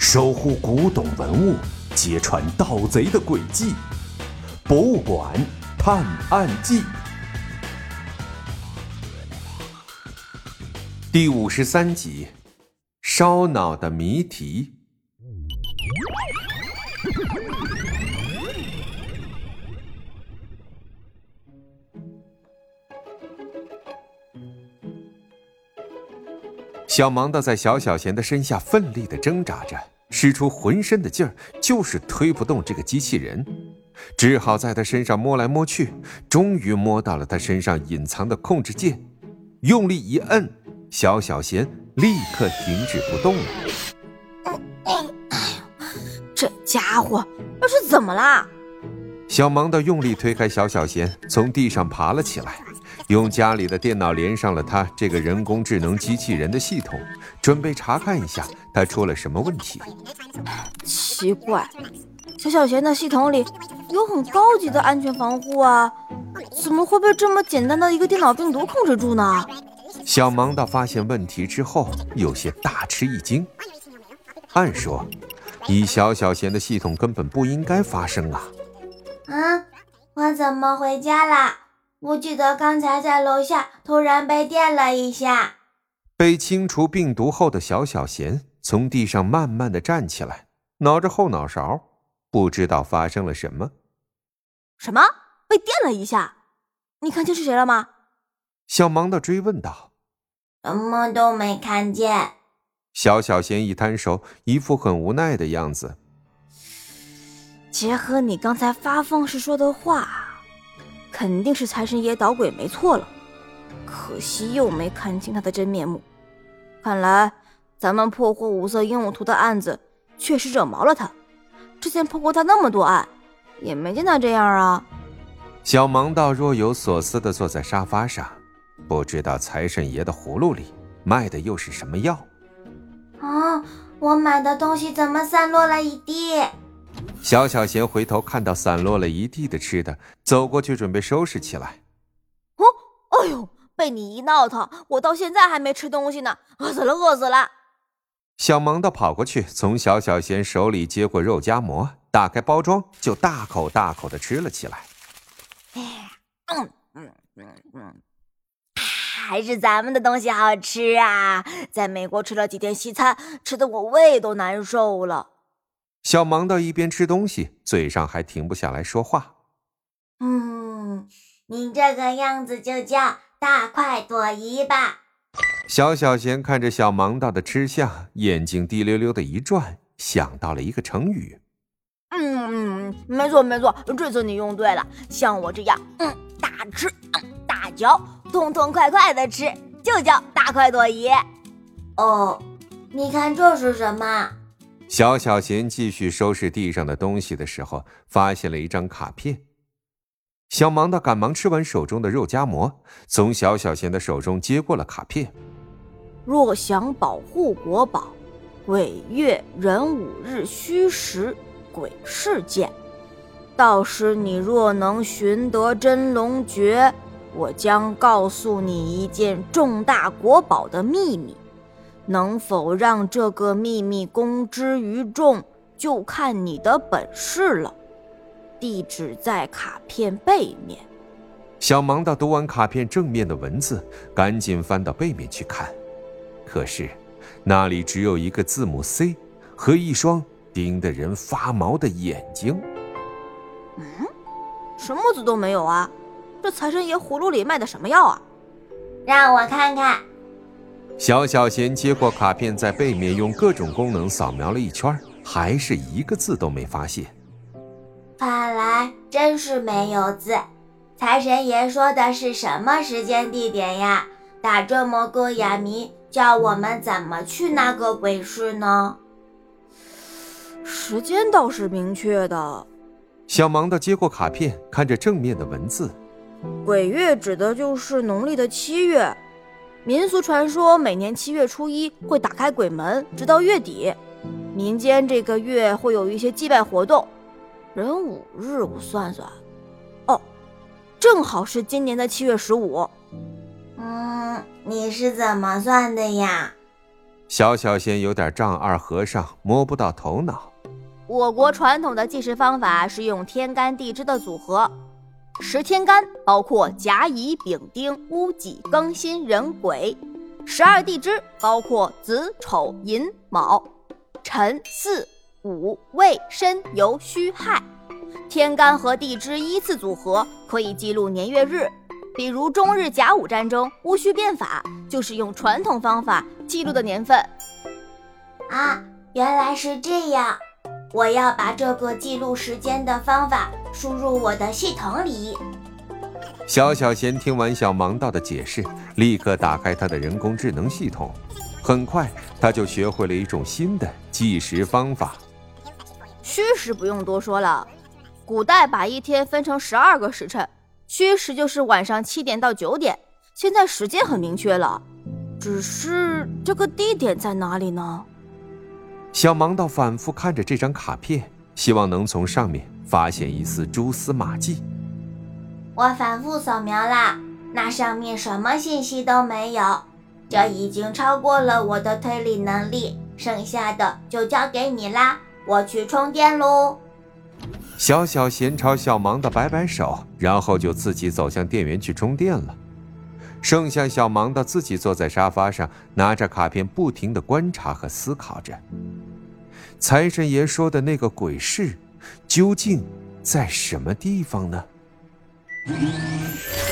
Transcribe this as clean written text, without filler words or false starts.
守护古董文物，揭穿盗贼的诡计。博物馆探案记第53集，烧脑的谜题。小盲道在小小贤的身下奋力地挣扎着，使出浑身的劲儿，就是推不动这个机器人，只好在他身上摸来摸去，终于摸到了他身上隐藏的控制键，用力一摁，小小贤立刻停止不动了。 这家伙这是怎么啦？ 小盲道用力推开小小贤，从地上爬了起来，用家里的电脑连上了他这个人工智能机器人的系统，准备查看一下他出了什么问题。 奇怪，小小贤的系统里有很高级的安全防护啊，怎么会被这么简单的一个电脑病毒控制住呢？ 小盲道发现问题之后，有些大吃一惊。按说以小小贤的系统根本不应该发生啊。 我怎么回家啦？我记得刚才在楼下突然被电了一下。 被清除病毒后的小小贤从地上慢慢地站起来，挠着后脑勺，不知道发生了什么。 什么？被电了一下？你看见是谁了吗？ 小盲道追问道。 什么都没看见。 小小贤一摊手，一副很无奈的样子。 结合你刚才发疯时说的话，肯定是财神爷捣鬼没错了，可惜又没看清他的真面目。看来咱们破获五色鹦鹉图的案子确实惹毛了他，之前破过他那么多案，也没见他这样啊。 小盲道若有所思地坐在沙发上，不知道财神爷的葫芦里卖的又是什么药。 我买的东西怎么散落了一地？ 小小贤回头看到散落了一地的吃的，走过去准备收拾起来。 哎呦，被你一闹腾，我到现在还没吃东西呢，饿死了。 小盲道跑过去，从小小贤手里接过肉夹馍，打开包装就大口大口地吃了起来。 还是咱们的东西好吃啊！在美国吃了几天西餐，吃得我胃都难受了。 小盲道一边吃东西，嘴上还停不下来说话。 你这个样子就叫大快朵颐吧。 小小贤看着小盲道的吃相，眼睛滴溜溜的一转，想到了一个成语。 没错，这次你用对了。像我这样，大吃大嚼，痛痛快快的吃，就叫大快朵颐。 你看这是什么？ 小小贤继续收拾地上的东西的时候，发现了一张卡片。小盲道赶忙吃完手中的肉夹馍，从小小贤的手中接过了卡片。 若想保护国宝，鬼月壬午日戌时鬼事件，到时你若能寻得真龙诀，我将告诉你一件重大国宝的秘密，能否让这个秘密公之于众，就看你的本事了。地址在卡片背面。 小盲道读完卡片正面的文字，赶紧翻到背面去看，可是那里只有一个字母 C 和一双盯得人发毛的眼睛。 什么字都没有啊！这财神爷葫芦里卖的什么药啊？ 让我看看。 小小贤接过卡片，在背面用各种功能扫描了一圈，还是一个字都没发现。 看来真是没有字。财神爷说的是什么时间地点呀？打这么个哑谜，叫我们怎么去那个鬼市呢？ 时间倒是明确的。 小盲道接过卡片，看着正面的文字。 鬼月指的就是农历的7月，民俗传说每年7月初1会打开鬼门，直到月底。民间这个月会有一些祭拜活动。壬午日我算算，正好是今年的7月15。 你是怎么算的呀？ 小小贤有点丈二和尚摸不到头脑。 我国传统的计时方法是用天干地支的组合。10天干包括甲乙丙丁戊己庚辛壬癸，12地支包括子丑寅卯辰巳午未申酉戌亥。天干和地支依次组合，可以记录年月日。比如中日甲午战争戊戌变法，就是用传统方法记录的年份。 啊，原来是这样！我要把这个记录时间的方法输入我的系统里。 小小贤听完小盲道的解释，立刻打开他的人工智能系统。很快，他就学会了一种新的计时方法。 戌时不用多说了，古代把一天分成12个时辰，戌时就是晚上7点到9点。现在时间很明确了，只是这个地点在哪里呢？ 小盲道反复看着这张卡片，希望能从上面发现一丝蛛丝马迹。 我反复扫描啦，那上面什么信息都没有，这已经超过了我的推理能力，剩下的就交给你啦，我去充电喽。 小小贤朝小盲道摆摆手，然后就自己走向电源去充电了。剩下小盲道自己坐在沙发上，拿着卡片不停地观察和思考着。财神爷说的那个鬼市究竟在什么地方呢？